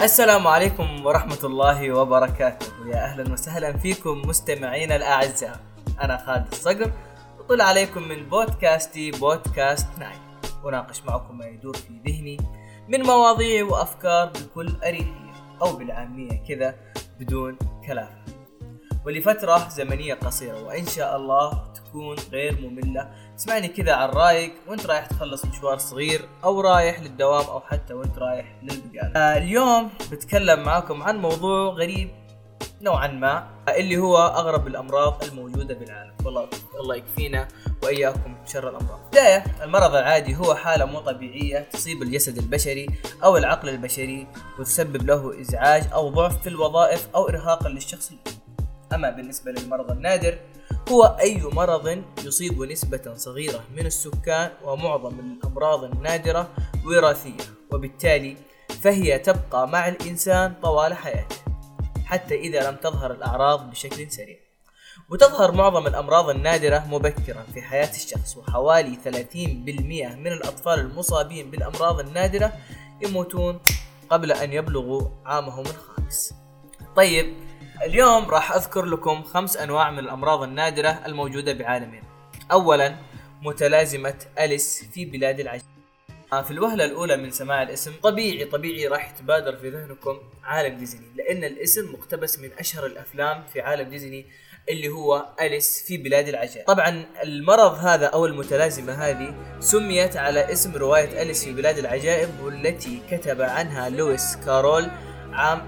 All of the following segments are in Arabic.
السلام عليكم ورحمة الله وبركاته، يا أهلا وسهلا فيكم مستمعين الأعزاء. أنا خالد الصقر، أطل عليكم من بودكاستي بودكاست نايت، أناقش معكم ما يدور في ذهني من مواضيع وأفكار بكل أريحية أو بالعامية كذا بدون كلام، ولفترة زمنية قصيرة، وإن شاء الله تكون غير مملة. تسمعني كذا على الرايق وانت رايح تخلص مشوار صغير أو رايح للدوام أو حتى وانت رايح للبقالة. اليوم بتكلم معكم عن موضوع غريب نوعا ما، اللي هو أغرب الأمراض الموجودة بالعالم. والله الله يكفينا وإياكم شر الأمراض. بداية، المرض العادي هو حالة مو طبيعية تصيب الجسد البشري أو العقل البشري وتسبب له إزعاج أو ضعف في الوظائف أو إرهاقا للشخص. أما بالنسبة للمرض النادر هو أي مرض يصيب نسبة صغيرة من السكان، ومعظم الأمراض النادرة وراثية، وبالتالي فهي تبقى مع الإنسان طوال حياته حتى إذا لم تظهر الأعراض بشكل سريع. وتظهر معظم الأمراض النادرة مبكرا في حياة الشخص، وحوالي 30% من الأطفال المصابين بالأمراض النادرة يموتون قبل أن يبلغوا عامهم الخامس. طيب، اليوم راح أذكر لكم 5 أنواع من الأمراض النادرة الموجودة بعالمنا. أولا، متلازمة أليس في بلاد العجائب. في الوهلة الأولى من سماع الاسم طبيعي راح يتبادر في ذهنكم عالم ديزني، لأن الاسم مقتبس من أشهر الأفلام في عالم ديزني اللي هو أليس في بلاد العجائب. طبعا المرض هذا أو المتلازمة هذه سميت على اسم رواية أليس في بلاد العجائب، والتي كتب عنها لويس كارول عام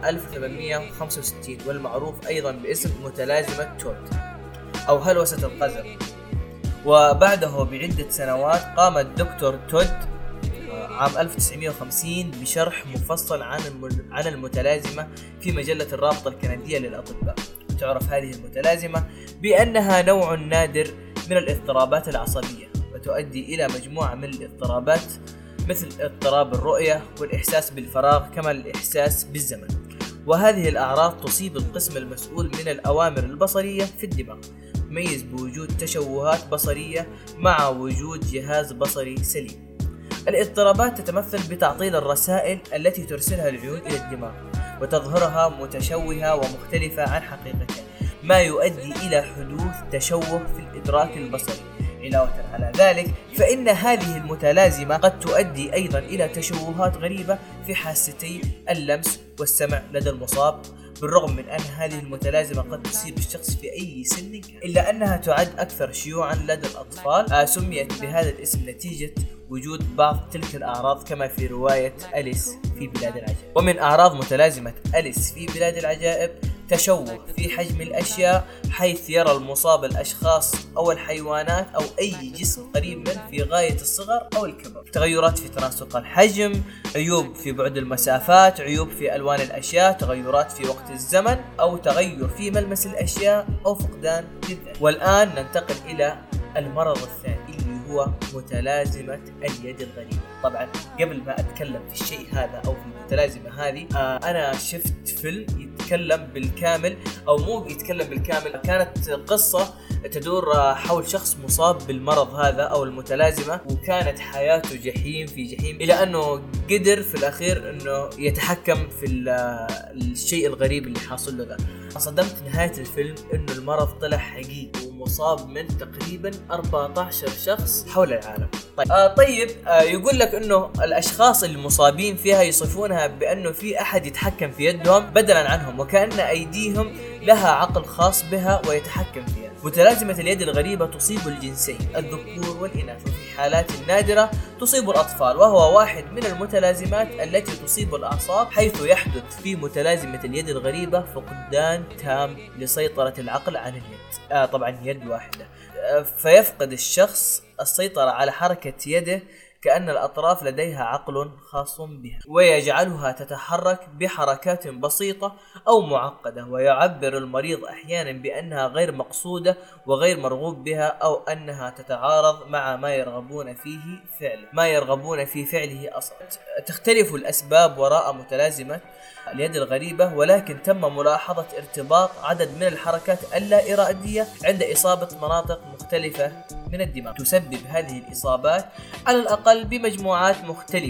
1865، والمعروف أيضا باسم متلازمة تود أو هلوسة القزم. وبعده بعدة سنوات قام الدكتور تود عام 1950 بشرح مفصل عن المتلازمة في مجلة الرابطة الكندية للأطباء. تعرف هذه المتلازمة بأنها نوع نادر من الاضطرابات العصبية، وتؤدي إلى مجموعة من الاضطرابات مثل اضطراب الرؤية والإحساس بالفراغ كما الإحساس بالزمن. وهذه الأعراض تصيب القسم المسؤول من الأوامر البصرية في الدماغ، تميز بوجود تشوهات بصرية مع وجود جهاز بصري سليم. الاضطرابات تتمثل بتعطيل الرسائل التي ترسلها العيون إلى الدماغ، وتظهرها متشوهة ومختلفة عن حقيقتها، ما يؤدي إلى حدوث تشوه في الإدراك البصري. علاوة على ذلك، فإن هذه المتلازمة قد تؤدي أيضا إلى تشوهات غريبة في حاستي اللمس والسمع لدى المصاب، بالرغم من أن هذه المتلازمة قد تصيب الشخص في أي سن كان، إلا أنها تعد أكثر شيوعا لدى الأطفال. سميت بهذا الاسم نتيجة وجود بعض تلك الأعراض كما في رواية أليس في بلاد العجائب. ومن أعراض متلازمة أليس في بلاد العجائب تشوه في حجم الأشياء، حيث يرى المصاب الأشخاص أو الحيوانات أو أي جسم قريب منه في غاية الصغر أو الكبر، تغيرات في تناسق الحجم، عيوب في بعد المسافات، عيوب في ألوان الأشياء، تغيرات في وقت الزمن أو تغير في ملمس الأشياء أو فقدان للذات. والآن ننتقل إلى المرض الثاني اللي هو متلازمة اليد الغريبة. طبعا قبل ما أتكلم في الشيء هذا أو في المتلازمة هذه، أنا شفت فيلم يتكلم بالكامل أو مو يتكلم بالكامل، كانت قصة تدور حول شخص مصاب بالمرض هذا أو المتلازمة، وكانت حياته جحيم في جحيم، إلى أنه قدر في الأخير أنه يتحكم في الشيء الغريب اللي حاصل له ذا. صدمت نهاية الفيلم أنه المرض طلع حقيقي ومصاب من تقريبا 14 شخص حول العالم. طيب يقول لك أنه الأشخاص المصابين فيها يصفونها بأنه في أحد يتحكم في يدهم بدلا عنهم، وكأن أيديهم لها عقل خاص بها ويتحكم فيها. متلازمة اليد الغريبة تصيب الجنسين الذكور والإناث، وفي حالات نادرة تصيب الأطفال، وهو واحد من المتلازمات التي تصيب الأعصاب، حيث يحدث في متلازمة اليد الغريبة فقدان تام لسيطرة العقل عن اليد، طبعا يد واحدة، فيفقد الشخص السيطرة على حركة يده كأن الأطراف لديها عقل خاص بها، ويجعلها تتحرك بحركات بسيطة أو معقدة، ويعبر المريض أحيانا بأنها غير مقصودة وغير مرغوب بها، أو أنها تتعارض مع ما يرغبون في فعله أصلا. تختلف الأسباب وراء متلازمة اليد الغريبة، ولكن تم ملاحظة ارتباط عدد من الحركات اللا إرادية عند إصابة مناطق مختلفة من الدماغ. تسبب هذه الإصابات على الأقل بمجموعات مختلفة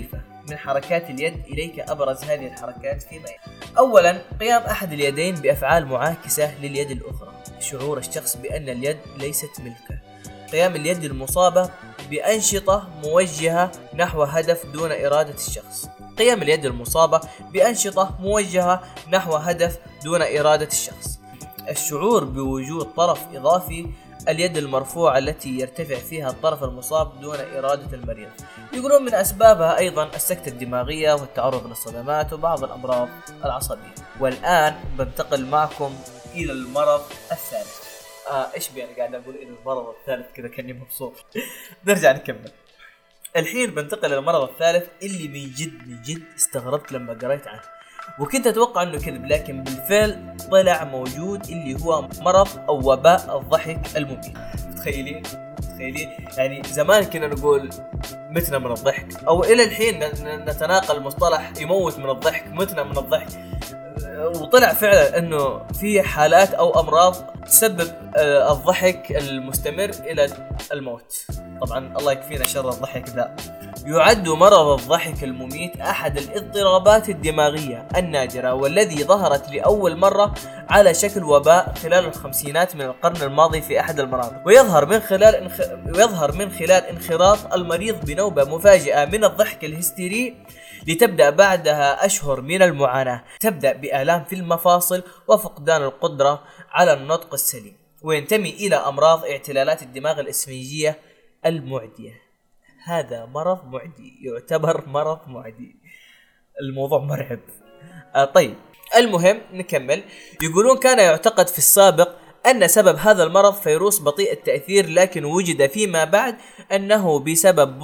من حركات اليد إليك أبرز هذه الحركات فيما يلي. أولا، قيام أحد اليدين بأفعال معاكسة لليد الأخرى، شعور الشخص بأن اليد ليست ملكه. قيام اليد المصابة بأنشطة موجهة نحو هدف دون إرادة الشخص. قيام اليد المصابة بأنشطة موجهة نحو هدف دون إرادة الشخص. الشعور بوجود طرف إضافي، اليد المرفوعة التي يرتفع فيها الطرف المصاب دون إرادة المريض. يقولون من أسبابها أيضا السكتة الدماغية والتعرض للصدمات وبعض الأمراض العصبية. والآن بنتقل معكم إلى المرض الثالث. إيش بي أنا قاعد أقول إلى المرض الثالث كذا كأني مبسوط. نرجع نكمل. الحين بنتقل إلى المرض الثالث اللي من جد استغربت لما قريت عنه، وكنت أتوقع أنه كذب، لكن بالفعل طلع موجود، اللي هو مرض أو وباء الضحك المميت. تخيلين يعني زمان كنا نقول متنا من الضحك، أو إلى الحين نتناقل مصطلح يموت من الضحك، متنا من الضحك. وطلع فعلا أنه في حالات أو أمراض تسبب الضحك المستمر إلى الموت. طبعا الله يكفينا شر الضحك ذا. يعد مرض الضحك المميت أحد الاضطرابات الدماغية النادرة، والذي ظهرت لأول مرة على شكل وباء خلال الخمسينات من القرن الماضي في أحد المناطق، ويظهر من خلال انخراط المريض بنوبة مفاجئة من الضحك الهستيري، لتبدأ بعدها أشهر من المعاناة، تبدأ بآلام في المفاصل وفقدان القدرة على النطق السليم، وينتمي إلى أمراض اعتلالات الدماغ الإسفنجية المعدية. هذا مرض معدي، يعتبر مرض معدي. الموضوع مرعب. طيب المهم نكمل. يقولون كان يعتقد في السابق أن سبب هذا المرض فيروس بطيء التأثير، لكن وجد فيما بعد أنه بسبب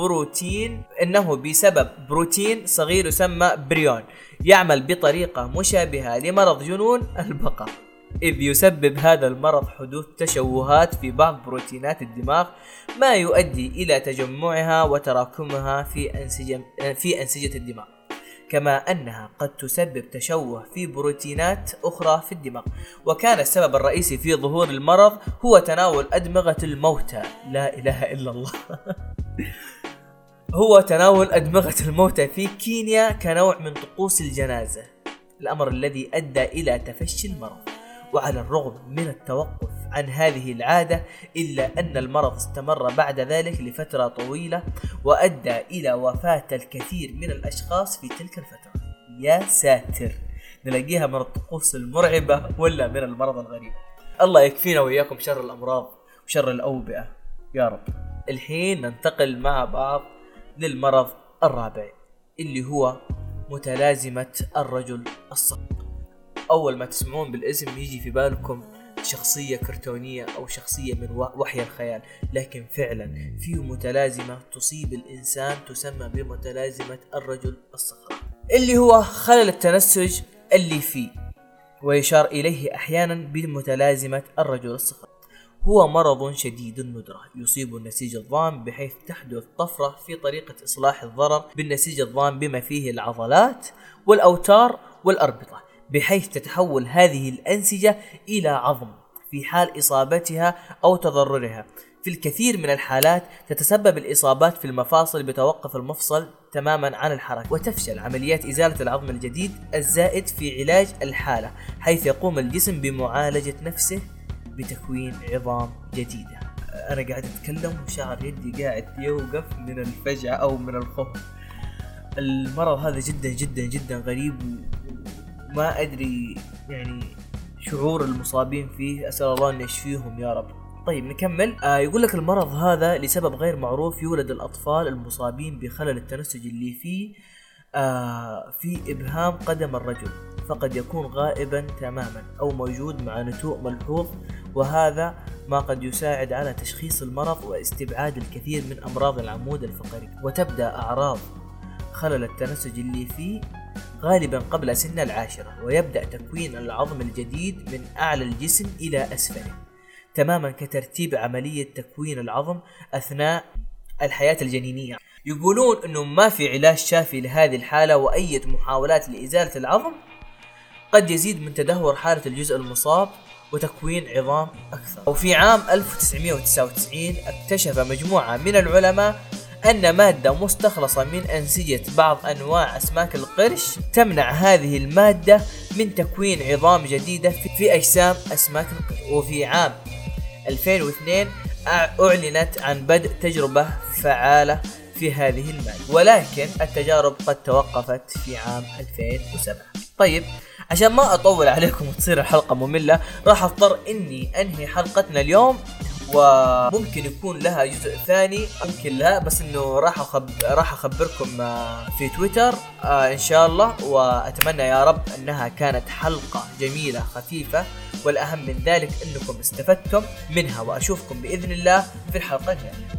بروتين صغير يسمى بريون، يعمل بطريقة مشابهة لمرض جنون البقر، إذ يسبب هذا المرض حدوث تشوهات في بعض بروتينات الدماغ، ما يؤدي إلى تجمعها وتراكمها في أنسجة الدماغ، كما أنها قد تسبب تشوه في بروتينات أخرى في الدماغ. وكان السبب الرئيسي في ظهور المرض هو تناول أدمغة الموتى. لا إله إلا الله. هو تناول أدمغة الموتى في كينيا كنوع من طقوس الجنازة، الأمر الذي أدى إلى تفشي المرض. وعلى الرغم من التوقف عن هذه العادة، إلا أن المرض استمر بعد ذلك لفترة طويلة، وأدى إلى وفاة الكثير من الأشخاص في تلك الفترة. يا ساتر، نلاقيها من الطقوس المرعبة ولا من المرض الغريب. الله يكفينا وإياكم شر الأمراض وشر الأوبئة يا رب. الحين ننتقل مع بعض للمرض الرابع، اللي هو متلازمة الرجل الصغير. أول ما تسمعون بالاسم يجي في بالكم شخصية كرتونية أو شخصية من وحي الخيال، لكن فعلا في متلازمة تصيب الإنسان تسمى بمتلازمة الرجل الصغير، اللي هو خلل التنسج الليفي، ويشار إليه أحيانا بمتلازمة الرجل الصغير. هو مرض شديد الندرة يصيب النسيج الضام، بحيث تحدث طفرة في طريقة إصلاح الضرر بالنسيج الضام بما فيه العضلات والأوتار والأربطة، بحيث تتحول هذه الأنسجة إلى عظم في حال إصابتها أو تضررها. في الكثير من الحالات تتسبب الإصابات في المفاصل بتوقف المفصل تماما عن الحركة، وتفشل عمليات إزالة العظم الجديد الزائد في علاج الحالة، حيث يقوم الجسم بمعالجة نفسه بتكوين عظام جديدة. أنا قاعد أتكلم وشعر يدي قاعد يوقف من الفجعة أو من الخوف. المرض هذا جدا جدا جدا غريب، ما أدري يعني شعور المصابين فيه، أسأل الله أن يشفيهم يا رب. طيب نكمل. يقول لك المرض هذا لسبب غير معروف يولد الأطفال المصابين بخلل التنسج الليفي في إبهام قدم الرجل، فقد يكون غائبا تماما أو موجود مع نتوء ملحوظ، وهذا ما قد يساعد على تشخيص المرض واستبعاد الكثير من أمراض العمود الفقري. وتبدأ أعراض خلل التنسج الليفي غالبا قبل سن 10، ويبدأ تكوين العظم الجديد من أعلى الجسم إلى أسفله، تماما كترتيب عملية تكوين العظم أثناء الحياة الجنينية. يقولون أنه ما في علاج شافي لهذه الحالة، وأي محاولات لإزالة العظم قد يزيد من تدهور حالة الجزء المصاب وتكوين عظام أكثر. وفي عام 1999 اكتشف مجموعة من العلماء أن مادة مستخلصة من أنسجة بعض أنواع أسماك القرش تمنع هذه المادة من تكوين عظام جديدة في أجسام أسماك القرش. وفي عام 2002 أعلنت عن بدء تجربة فعالة في هذه المادة، ولكن التجارب قد توقفت في عام 2007. طيب عشان ما أطول عليكم وتصير الحلقة مملة، راح أضطر إني أنهي حلقتنا اليوم، وممكن يكون لها جزء ثاني ممكن لا، بس إنه راح أخبركم في تويتر إن شاء الله. وأتمنى يا رب أنها كانت حلقة جميلة خفيفة، والأهم من ذلك أنكم استفدتم منها، وأشوفكم بإذن الله في الحلقة الجاية.